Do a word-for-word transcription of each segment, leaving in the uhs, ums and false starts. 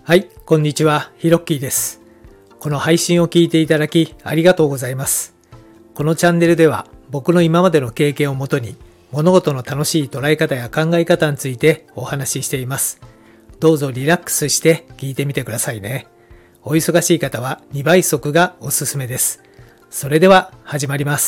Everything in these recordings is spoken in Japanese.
はい、こんにちは、ヒロッキーです。この配信を聞いていただきありがとうございます。このチャンネルでは僕の今までの経験をもとに物事の楽しい捉え方や考え方についてお話ししています。どうぞリラックスして聞いてみてくださいね。お忙しい方はにばい速がおすすめです。それでは始まります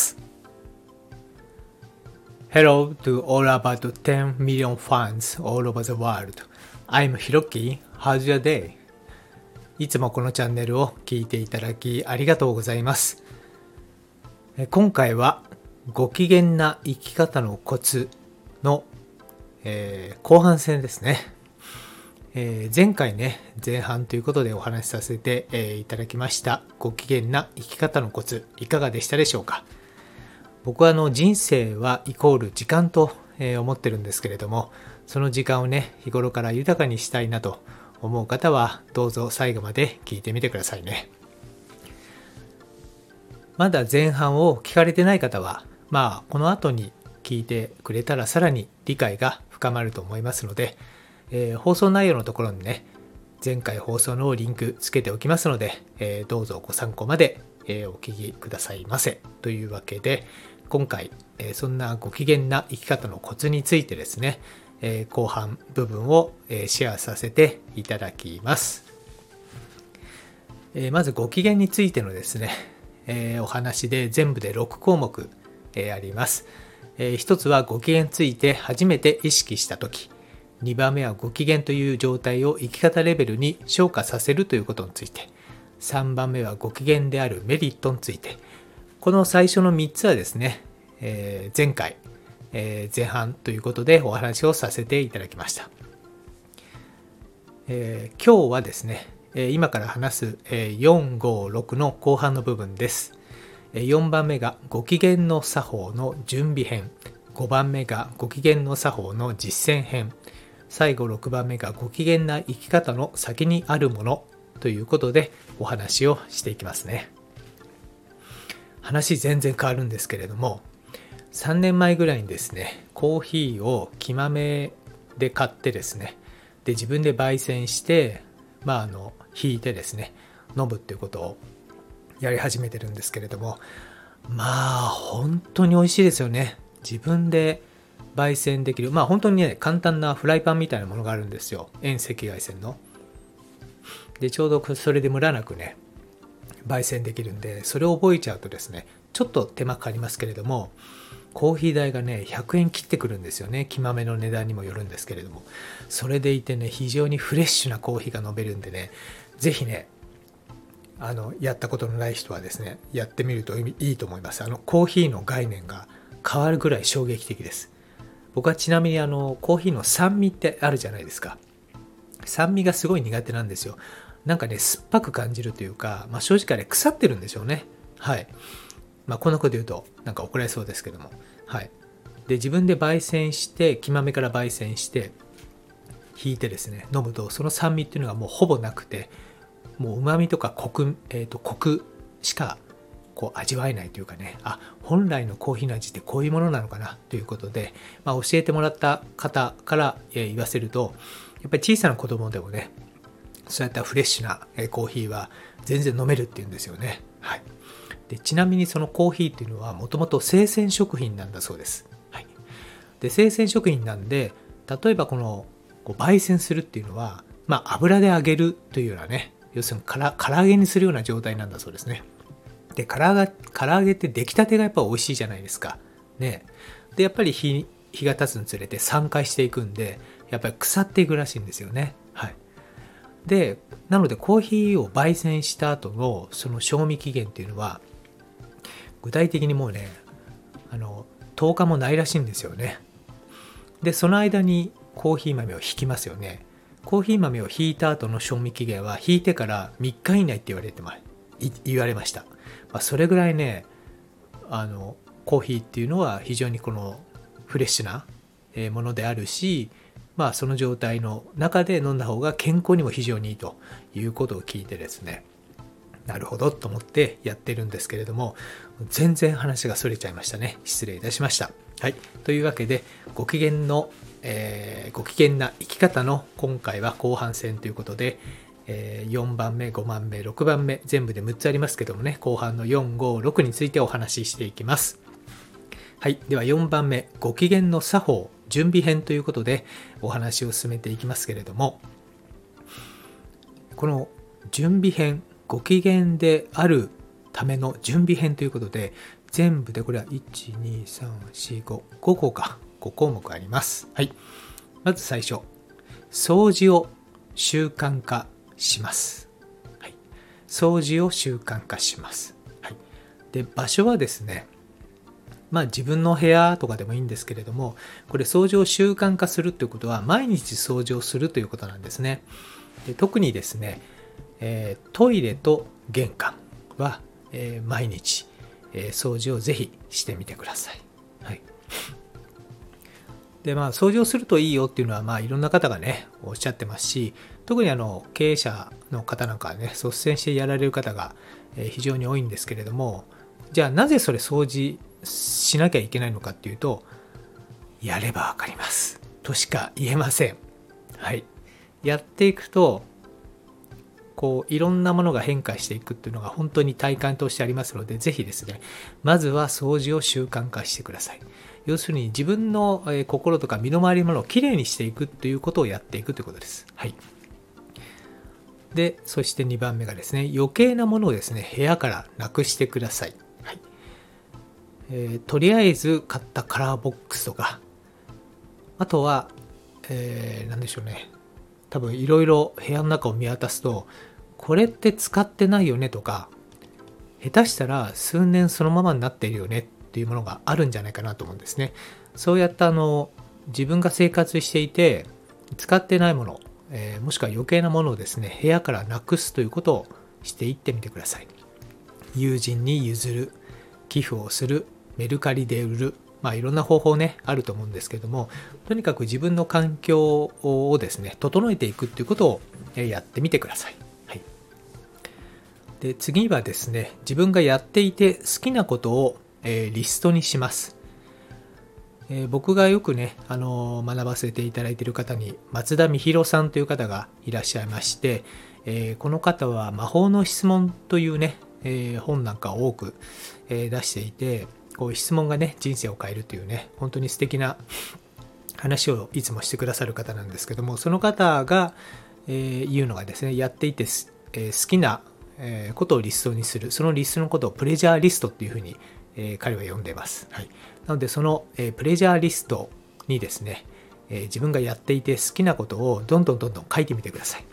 。Hello to all about ten million fans all over the world. I'm Hiroki.How's your day? いつもこのチャンネルを聞いていただきありがとうございます。今回はご機嫌な生き方のコツの、えー、後半戦ですね、えー、前回ね前半ということでお話しさせて、えー、いただきましたご機嫌な生き方のコツいかがでしたでしょうか。僕はあの人生はイコール時間と、えー、思ってるんですけれども、その時間をね日頃から豊かにしたいなと思う方はどうぞ最後まで聞いてみてくださいね。まだ前半を聞かれてない方はまあこの後に聞いてくれたらさらに理解が深まると思いますので、えー、放送内容のところにね前回放送のリンクつけておきますので、えー、どうぞご参考まで、えー、お聞きくださいませ。というわけで今回、えー、そんなご機嫌な生き方のコツについてですね、えー、後半部分を、えー、シェアさせていただきます。えー、まずご機嫌についてのですね、えー、お話で全部でろくこうもく、えー、あります。えー、ひとつはご機嫌について初めて意識したとき、にばんめはご機嫌という状態を生き方レベルに昇華させるということについて、さんばんめはご機嫌であるメリットについて、この最初のみっつはですね、えー、前回、えー、前半ということでお話をさせていただきました。えー、今日はですね、えー、今から話す、えー、よん、ご、ろくの後半の部分です。えー、よんばんめがご機嫌の作法の準備編、ごばんめがご機嫌の作法の実践編、最後ろくばんめがご機嫌な生き方の先にあるものということでお話をしていきますね。話全然変わるんですけれども、さんねんまえぐらいにですねコーヒーを木豆で買ってですね、で自分で焙煎してまああのひいてですね飲むっていうことをやり始めてるんですけれども、まあ本当に美味しいですよね。自分で焙煎できる、まあ本当にね簡単なフライパンみたいなものがあるんですよ、遠赤外線の。でちょうどそれでムラなくね焙煎できるんで、それを覚えちゃうとですねちょっと手間かかりますけれども、コーヒー代がねひゃくえん切ってくるんですよね。木豆の値段にもよるんですけれども、それでいてね非常にフレッシュなコーヒーが飲めるんでね、ぜひねあのやったことのない人はですねやってみるといいと思います。あのコーヒーの概念が変わるぐらい衝撃的です。僕はちなみにあのコーヒーの酸味ってあるじゃないですか。酸味がすごい苦手なんですよ。なんかね酸っぱく感じるというか、まあ、正直あれ腐ってるんでしょうね。はい。まあこんなこと言うとなんか怒られそうですけども、はい。で自分で焙煎して木豆から焙煎してひいてですね飲むと、その酸味っていうのがもうほぼなくて、もう旨味とかコク、えーと、コクしかこう味わえないというかね、あ、本来のコーヒーの味ってこういうものなのかなということで、まあ、教えてもらった方から言わせると、やっぱり小さな子供でもねそうやったフレッシュなコーヒーは全然飲めるっていうんですよね。はい。でちなみにそのコーヒーっていうのはもともと生鮮食品なんだそうです。はい。で生鮮食品なんで、例えばこのこう焙煎するっていうのは、まあ、油で揚げるというようなね、要するにから唐揚げにするような状態なんだそうですね。で唐揚げ、唐揚げって出来たてがやっぱ美味しいじゃないですか。ね。でやっぱり日、日が経つにつれて酸化していくんで、やっぱり腐っていくらしいんですよね。はい。でなのでコーヒーを焙煎した後のその賞味期限っていうのは具体的にもうねあのとおかもないらしいんですよね。でその間にコーヒー豆をひきますよね。コーヒー豆をひいた後の賞味期限はひいてからみっか以内って言われてま言われました。まあ、それぐらいねあのコーヒーっていうのは非常にこのフレッシュなものであるし、まあその状態の中で飲んだ方が健康にも非常にいいということを聞いてですね、なるほどと思ってやってるんですけれども、全然話がそれちゃいましたね。失礼いたしました。はい。というわけでご機嫌の、えー、ご機嫌な生き方の今回は後半戦ということで、 よんばんめ、ごばんめ、ろくばんめ、全部でむっつありますけどもね、後半のよん、ご、ろくについてお話ししていきます。はい。ではよんばんめ、ご機嫌の作法、準備編ということでお話を進めていきますけれども、この準備編、ご機嫌であるための準備編ということで、全部でこれはいち、に、さん、よん、ご、ごこか、ごこうもくあります。はい。まず最初、掃除を習慣化します。はい。掃除を習慣化します。はい。で、場所はですね、まあ自分の部屋とかでもいいんですけれども、これ掃除を習慣化するということは毎日掃除をするということなんですね。で、特にですね、えー、トイレと玄関は、えー、毎日、えー、掃除をぜひしてみてください。はい。で、まあ掃除をするといいよっていうのはまあいろんな方がねおっしゃってますし、特にあの経営者の方なんかはね率先してやられる方が非常に多いんですけれども、じゃあなぜそれ掃除しなきゃいけないのかっていうと、やればわかりますとしか言えません。はい。やっていくとこういろんなものが変化していくっていうのが本当に体感としてありますので、ぜひですね、まずは掃除を習慣化してください。要するに自分の心とか身の回りのものをきれいにしていくということをやっていくということです。はい。で、そしてにばんめがですね、余計なものをですね、部屋からなくしてください。はい。えー、とりあえず買ったカラーボックスとか、あとは、えー、何でしょうね。多分いろいろ部屋の中を見渡すと、これって使ってないよねとか、下手したら数年そのままになっているよねっていうものがあるんじゃないかなと思うんですね。そうやったあの自分が生活していて使ってないもの、えー、もしくは余計なものをですね、部屋からなくすということをしていってみてください。友人に譲る、寄付をする、メルカリで売る、まあいろんな方法ねあると思うんですけども、とにかく自分の環境をですね整えていくっていうことをやってみてください。はい。で、次はですね、自分がやっていて好きなことを、えー、リストにします。えー、僕がよくね、あのー、学ばせていただいている方に松田美弘さんという方がいらっしゃいまして、えー、この方は魔法の質問というね、えー、本なんかを多く、えー、出していて、こう質問がね人生を変えるというね、本当に素敵な話をいつもしてくださる方なんですけども、その方が、えー、言うのがですね、やっていて、えー、好きなことをリストにする、そのリストのことをプレジャーリストっていうふうに、えー、彼は呼んでいます。はい。なのでその、えー、プレジャーリストにですね、えー、自分がやっていて好きなことをどんどんどんどん書いてみてください。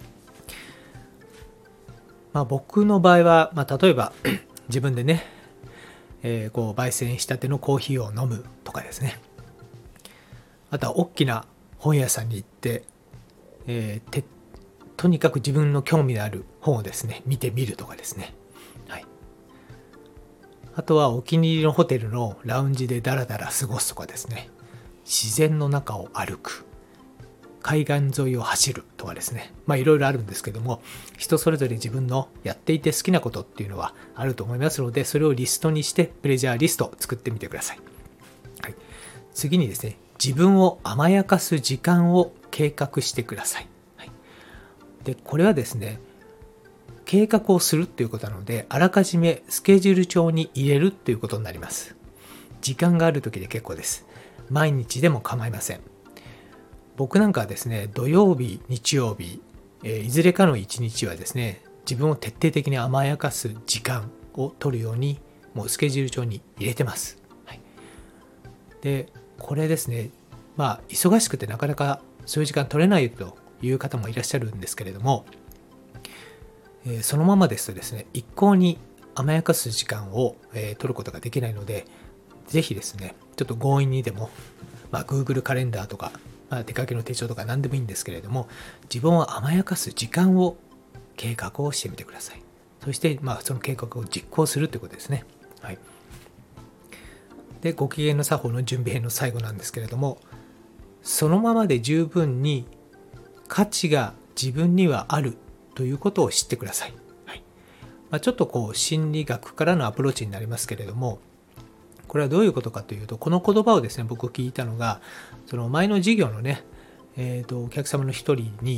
まあ、僕の場合は、まあ、例えば自分でね、えー、こう焙煎したてのコーヒーを飲むとかですね。あとは大きな本屋さんに行って、えー、てとにかく自分の興味のある本をですね見てみるとかですね。はい。あとはお気に入りのホテルのラウンジでダラダラ過ごすとかですね。自然の中を歩く、海岸沿いを走るとかですね。まあいろいろあるんですけども、人それぞれ自分のやっていて好きなことっていうのはあると思いますので、それをリストにしてプレジャーリストを作ってみてください。はい。次にですね、自分を甘やかす時間を計画してください。はい。で、これはですね、計画をするっていうことなので、あらかじめスケジュール帳に入れるっていうことになります。時間がある時で結構です。毎日でも構いません。僕なんかはですね、土曜日、日曜日、えー、いずれかの一日はですね、自分を徹底的に甘やかす時間を取るように、もうスケジュール帳に入れてます。はい。で、これですね、まあ、忙しくてなかなかそういう時間取れないという方もいらっしゃるんですけれども、えー、そのままですとですね、一向に甘やかす時間を、えー、取ることができないので、ぜひですね、ちょっと強引にでも、まあ、Google カレンダーとか、まあ、出かけの手帳とか何でもいいんですけれども、自分を甘やかす時間を計画をしてみてください。そして、まあ、その計画を実行するということですね。はい。で、ご機嫌の作法の準備編の最後なんですけれども、そのままで十分に価値が自分にはあるということを知ってください。はい。まあ、ちょっとこう心理学からのアプローチになりますけれども、これはどういうことかというと、この言葉をですね、僕聞いたのが、その前の授業のね、えーと、お客様の一人に、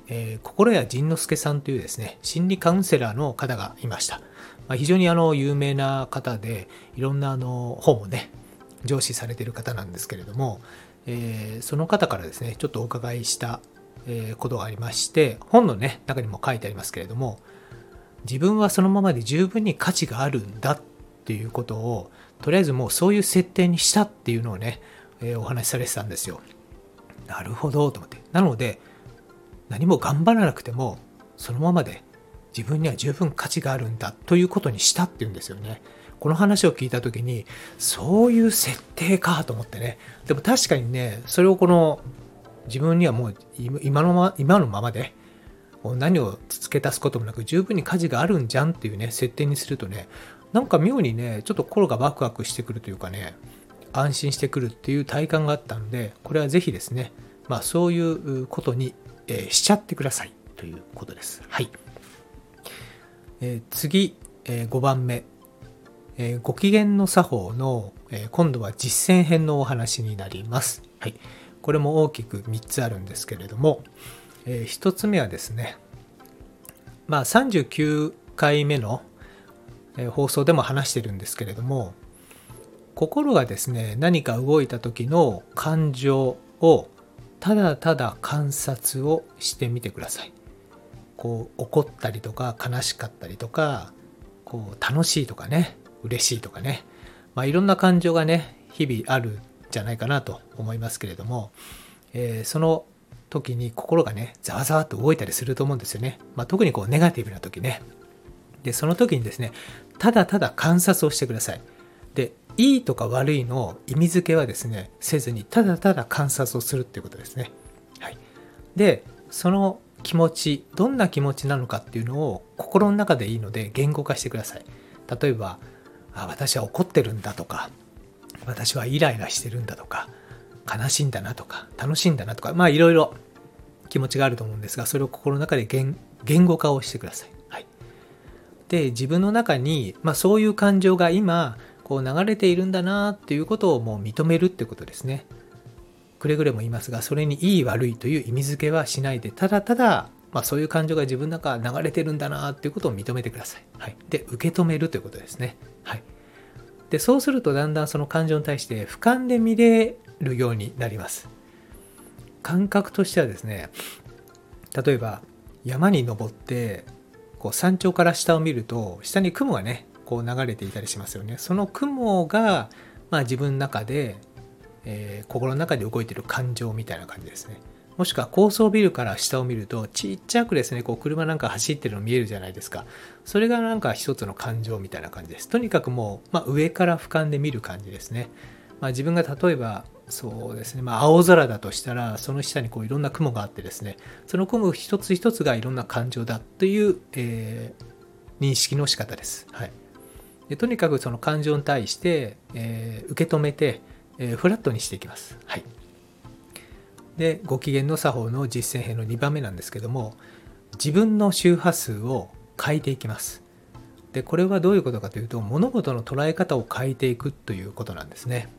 えー、心谷仁之助さんというですね、心理カウンセラーの方がいました。まあ、非常にあの有名な方で、いろんなあの本をね、上司されている方なんですけれども、えー、その方からですね、ちょっとお伺いしたことがありまして、本のね、中にも書いてありますけれども、自分はそのままで十分に価値があるんだっていうことを、とりあえずもうそういう設定にしたっていうのをね、えー、お話しされてたんですよ。なるほどと思って。なので、何も頑張らなくても、そのままで自分には十分価値があるんだということにしたっていうんですよね。この話を聞いたときに、そういう設定かと思ってね。でも確かにね、それをこの自分にはもう今のまま、今のままで何を付け足すこともなく十分に価値があるんじゃんっていうね、設定にするとね、なんか妙にね、ちょっと心がワクワクしてくるというかね、安心してくるっていう体感があったので、これはぜひですね、まあそういうことに、えー、しちゃってくださいということです。はい。えー、次、えー、ごばんめ、えー、ご機嫌の作法の、えー、今度は実践編のお話になります。はい。これも大きくみっつあるんですけれども、えー、ひとつめはですね、まあさんじゅうきゅうかいめの、えー、放送でも話してるんですけれども、心がですね、何か動いた時の感情をただただ観察をしてみてください。こう怒ったりとか悲しかったりとか、こう楽しいとかね、嬉しいとかね、まあいろんな感情がね、日々あるんじゃないかなと思いますけれども、えー、その時に心がね、ざわざわっと動いたりすると思うんですよね。まあ特にこうネガティブな時ね。で、その時にですね、ただただ観察をしてください。で、いいとか悪いの意味付けはですね、せずにただただ観察をするっていうことですね。はい。で、その気持ち、どんな気持ちなのかっていうのを心の中でいいので言語化してください。例えば、あ、私は怒ってるんだとか、私はイライラしてるんだとか、悲しいんだなとか、楽しいんだなとか、まあいろいろ気持ちがあると思うんですが、それを心の中で 言, 言語化をしてください。はい。で、自分の中に、まあそういう感情が今、こう流れているんだなっていうことをもう認めるってことですね。くれぐれも言いますが、それにいい悪いという意味付けはしないで、ただただ、まあ、そういう感情が自分の中流れてるんだなっていうことを認めてください。はい。で、受け止めるということですね。はい。で、そうするとだんだんその感情に対して俯瞰で見れるようになります。感覚としてはですね、例えば山に登ってこう山頂から下を見ると下に雲がねこう流れていたりしますよね。その雲が、まあ、自分の中で、えー、心の中で動いている感情みたいな感じですね。もしくは高層ビルから下を見るとちっちゃくですねこう車なんか走ってるの見えるじゃないですか。それがなんか一つの感情みたいな感じです。とにかくもう、まあ、上から俯瞰で見る感じですね。まあ、自分が例えばそうですね、まあ、青空だとしたらその下にこういろんな雲があってですね、その雲一つ一つがいろんな感情だという、えー、認識の仕方です。はい。でとにかくその感情に対して、えー、受け止めて、えー、フラットにしていきます。はい。で、ご機嫌の作法の実践編のにばんめなんですけども、自分の周波数を変えていきます。で、これはどういうことかというと、物事の捉え方を変えていくということなんですね。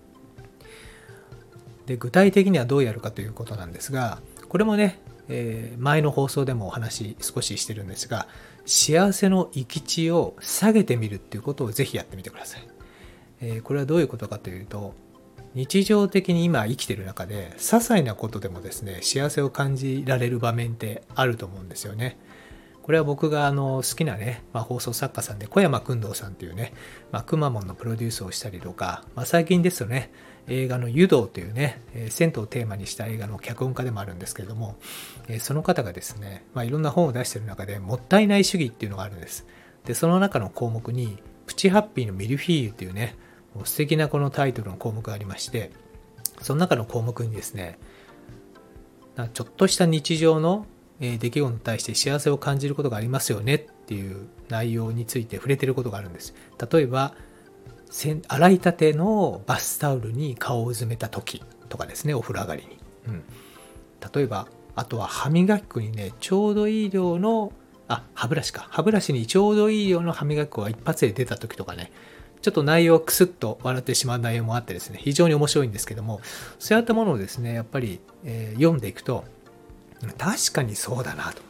で、具体的にはどうやるかということなんですが、これもね、えー、前の放送でもお話少ししてるんですが、幸せの閾値を下げてみるっていうことをぜひやってみてください。えー、これはどういうことかというと、日常的に今生きている中で些細なことでもですね幸せを感じられる場面ってあると思うんですよね。これは僕があの好きなね、まあ、放送作家さんで小山薫堂さんというね、まあ、くまモンのプロデュースをしたりとか、まあ、最近ですとね映画の湯道というね、えー、銭湯をテーマにした映画の脚本家でもあるんですけれども、えー、その方がですね、まあ、いろんな本を出している中でもったいない主義っていうのがあるんです。でその中の項目にプチハッピーのミルフィーユっていうねもう素敵なこのタイトルの項目がありまして、その中の項目にですね、ちょっとした日常の出来事に対して幸せを感じることがありますよねっていう内容について触れていることがあるんです。例えば、洗いたてのバスタオルに顔をうずめた時とかですね、お風呂上がりに。うん、例えば、あとは歯磨き粉にね、ちょうどいい量の、あ、歯ブラシか。歯ブラシにちょうどいい量の歯磨き粉が一発で出た時とかね、ちょっと内容をクスッと笑ってしまう内容もあってですね、非常に面白いんですけども、そういったものをですね、やっぱり、えー、読んでいくと、 確かにそうだなと思って。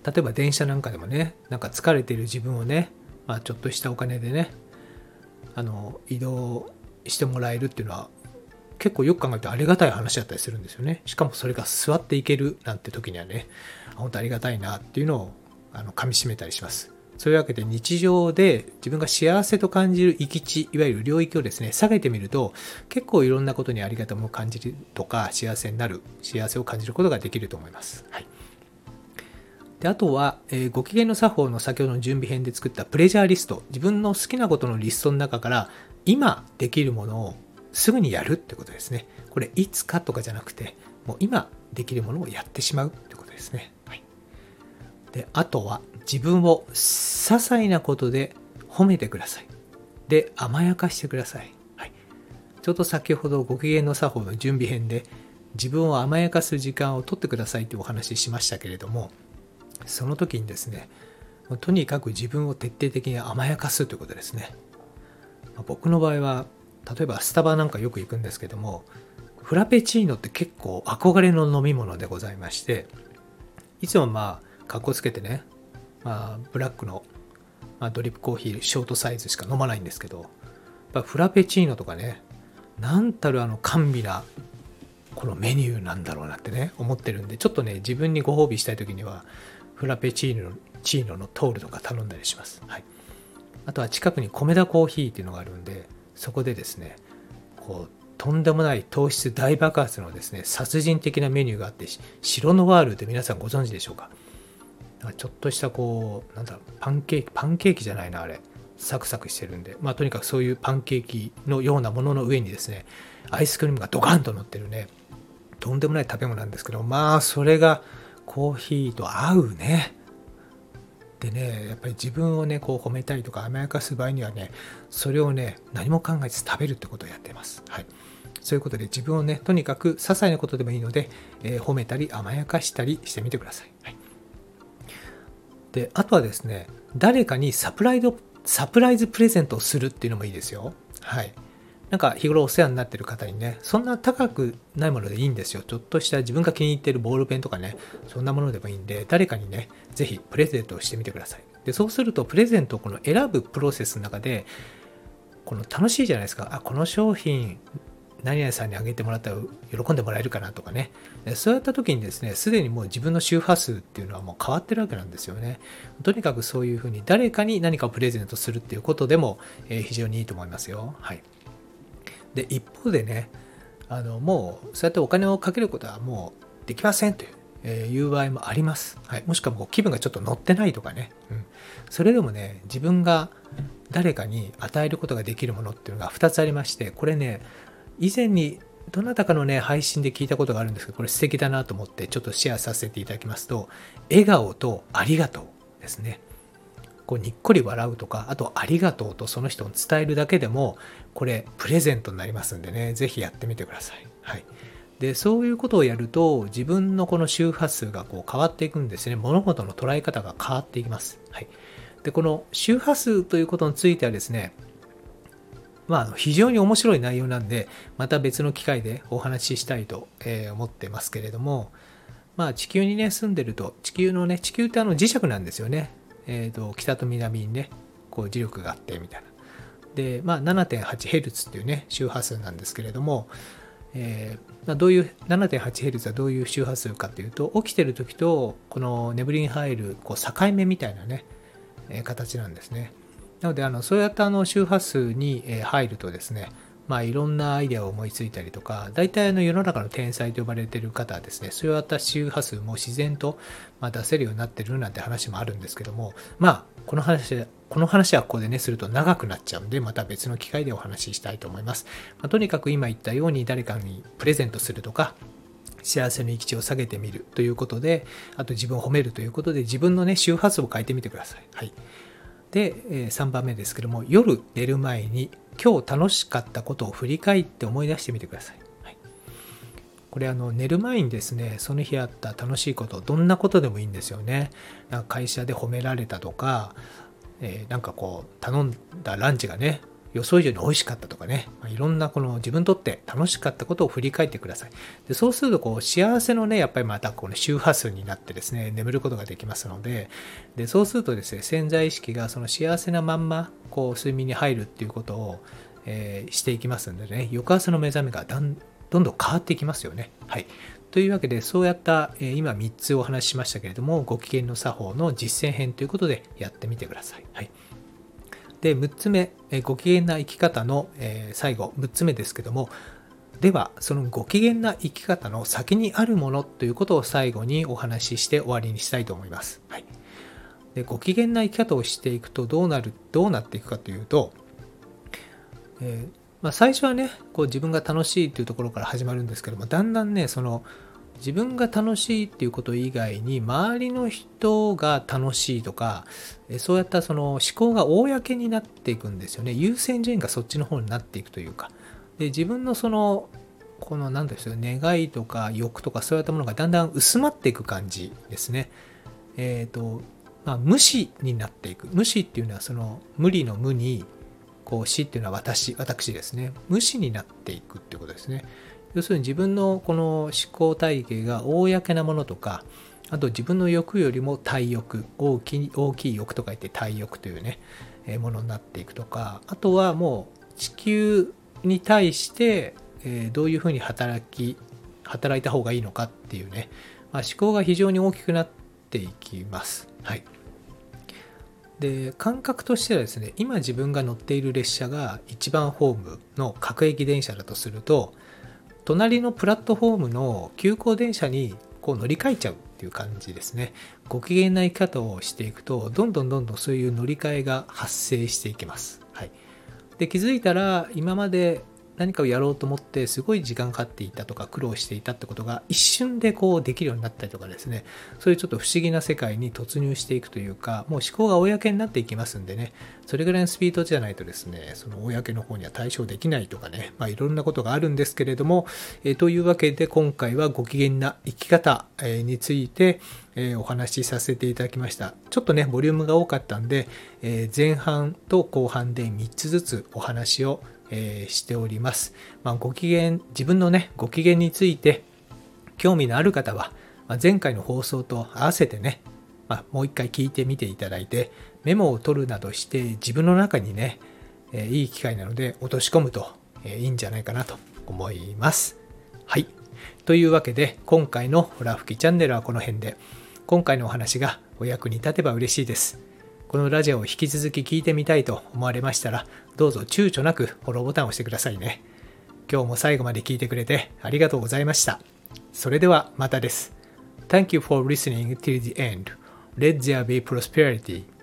例えば電車なんかでもね、なんか疲れている自分をね、まあ、ちょっとしたお金でね、あの移動してもらえるっていうのは結構よく考えるとありがたい話だったりするんですよね。しかもそれが座っていけるなんて時にはね、本当ありがたいなっていうのをあの噛み締めたりします。そういうわけで日常で自分が幸せと感じる域地、いわゆる領域をですね、下げてみると結構いろんなことにありがたみを感じるとか、幸せになる、幸せを感じることができると思います。はい。であとは、えー、ご機嫌の作法の先ほどの準備編で作ったプレジャーリスト、自分の好きなことのリストの中から今できるものをすぐにやるってことですね。これいつかとかじゃなくて、もう今できるものをやってしまうってことですね。はい。であとは自分を些細なことで褒めてください。で甘やかしてください。はい。ちょうど先ほどご機嫌の作法の準備編で自分を甘やかす時間を取ってくださいというお話ししましたけれども、その時にですね、とにかく自分を徹底的に甘やかすということですね。僕の場合は例えばスタバなんかよく行くんですけども、フラペチーノって結構憧れの飲み物でございまして、いつもまあかっこつけてね、まあ、ブラックの、まあ、ドリップコーヒーショートサイズしか飲まないんですけど、やっぱフラペチーノとかね、なんたるあの甘美なこのメニューなんだろうなってね思ってるんで、ちょっとね自分にご褒美したい時にはフラペチーノチーノのトールとか頼んだりします。はい。あとは近くに米田コーヒーっていうのがあるんで、そこでですね、こうとんでもない糖質大爆発のですね殺人的なメニューがあって、白ノワールって皆さんご存知でしょうか。ちょっとしたこうなんだろう、パンケーキパンケーキじゃないな、あれサクサクしてるんで、まあとにかくそういうパンケーキのようなものの上にですねアイスクリームがドカンと乗ってるね、とんでもない食べ物なんですけど、まあそれがコーヒーと合うね。でね、やっぱり自分をねこう褒めたりとか甘やかす場合にはね、それをね何も考えず食べるってことをやっています。はい。そういうことで自分をねとにかく些細なことでもいいので、えー、褒めたり甘やかしたりしてみてください。はい。であとはですね、誰かにサプライズサプライズプレゼントをするっていうのもいいですよ。はい。なんか日頃お世話になっている方にね、そんな高くないものでいいんですよ。ちょっとした自分が気に入っているボールペンとかね、そんなものでもいいんで、誰かにね、ぜひプレゼントをしてみてください。で、そうするとプレゼントをこの選ぶプロセスの中で、この楽しいじゃないですか。あ、この商品、何々さんにあげてもらったら喜んでもらえるかなとかね。そうやった時にですね、すでにもう自分の周波数っていうのはもう変わってるわけなんですよね。とにかくそういうふうに誰かに何かをプレゼントするっていうことでも、えー、非常にいいと思いますよ。はい。で一方でね、あのもうそうやってお金をかけることはもうできませんという、えー、いう場合もあります。はい、もしくはもう気分がちょっと乗ってないとかね、うん、それでもね自分が誰かに与えることができるものっていうのがふたつありまして、これね以前にどなたかのね配信で聞いたことがあるんですけど、これ素敵だなと思ってちょっとシェアさせていただきますと、笑顔とありがとうですね。こうにっこり笑うとか、あとありがとうとその人に伝えるだけでもこれプレゼントになりますんでね、ぜひやってみてください。はい。でそういうことをやると自分のこの周波数がこう変わっていくんですね。物事の捉え方が変わっていきます。はい。でこの周波数ということについてはですね、まあ非常に面白い内容なんで、また別の機会でお話ししたいと思ってますけれども、まあ地球にね住んでると、地球のね地球ってあの磁石なんですよね。えー、と北と南にねこう磁力があってみたいなで、まあ、ななてんはちヘルツっていうね周波数なんですけれども、えーまあ、どういう ななてんはちヘルツはどういう周波数かというと、起きてる時とこの眠りに入るこう境目みたいなね、えー、形なんですね。なのであのそうやったあの周波数に入るとですね、まあ、いろんなアイデアを思いついたりとか、大体あの世の中の天才と呼ばれている方はですね、そういった周波数も自然と出せるようになってるなんて話もあるんですけども、まあこの話この話はここでねすると長くなっちゃうんで、また別の機会でお話ししたいと思います。まあ、とにかく今言ったように誰かにプレゼントするとか、幸せの域地を下げてみるということで、あと自分を褒めるということで自分のね周波数を変えてみてください。はい。でさんばんめですけども、夜寝る前に今日楽しかったことを振り返って思い出してみてください。はい、これあの寝る前にですね、その日あった楽しいこと、どんなことでもいいんですよね。なんか会社で褒められたとか、えー、なんかこう頼んだランチがね予想以上に美味しかったとかね、まあ、いろんなこの自分にとって楽しかったことを振り返ってください。でそうするとこう幸せのねやっぱりまたこの周波数になってですね眠ることができますので、でそうするとですね潜在意識がその幸せなまんまこう睡眠に入るっていうことを、えー、していきますんでね、翌朝の目覚めがだんどんどん変わっていきますよね。はい。というわけでそうやった、えー、今みっつお話ししましたけれども、ご機嫌の作法の実践編ということでやってみてください。はい。でむっつめ、えー、ご機嫌な生き方の、えー、最後むっつめですけども、ではそのご機嫌な生き方の先にあるものということを最後にお話しして終わりにしたいと思います。はい。でご機嫌な生き方をしていくとどうなるどうなっていくかというと、えーまあ、最初はねこう自分が楽しいというところから始まるんですけども、だんだんねその自分が楽しいっていうこと以外に周りの人が楽しいとか、そうやったその思考が公になっていくんですよね。優先順位がそっちの方になっていくというか、で自分のそのこの何ですよ願いとか欲とかそういったものがだんだん薄まっていく感じですね。えっとまあ無視になっていく。無視っていうのはその無理の無にこう死っていうのは私私ですね。無視になっていくっていうことですね。要するに自分のこの思考体系が公なものとか、あと自分の欲よりも大欲、大きい、大きい欲とか言って大欲というね、えー、ものになっていくとか、あとはもう地球に対して、えー、どういうふうに働き、働いた方がいいのかっていうね、まあ、思考が非常に大きくなっていきます。はい。で、感覚としてはですね、今自分が乗っている列車が一番ホームの各駅電車だとすると、隣のプラットフォームの急行電車にこう乗り換えちゃうっていう感じですね。ご機嫌な生き方をしていくと、どんどんどんどんそういう乗り換えが発生していきます。はい。で、気づいたら今まで何かをやろうと思ってすごい時間かかっていたとか苦労していたってことが一瞬でこうできるようになったりとかですね、そういうちょっと不思議な世界に突入していくというか、もう思考が公になっていきますんでね、それぐらいのスピードじゃないとですね、その公の方には対処できないとかね、まあいろんなことがあるんですけれども、えー、というわけで今回はご機嫌な生き方についてお話しさせていただきました。ちょっとねボリュームが多かったんで、前半と後半でみっつずつお話をえー、しております。まあ、ご機嫌、自分のね、ご機嫌について興味のある方は、まあ、前回の放送と合わせてね、まあ、もう一回聞いてみていただいて、メモを取るなどして自分の中にね、えー、いい機会なので落とし込むと、えー、いいんじゃないかなと思います。はい。というわけで、今回のホラ吹きチャンネルはこの辺で、今回のお話がお役に立てば嬉しいです。このラジオを引き続き聞いてみたいと思われましたら、どうぞ躊躇なくフォローボタンを押してくださいね。今日も最後まで聞いてくれてありがとうございました。それではまたです。Thank you for listening till the end. Let there be prosperity.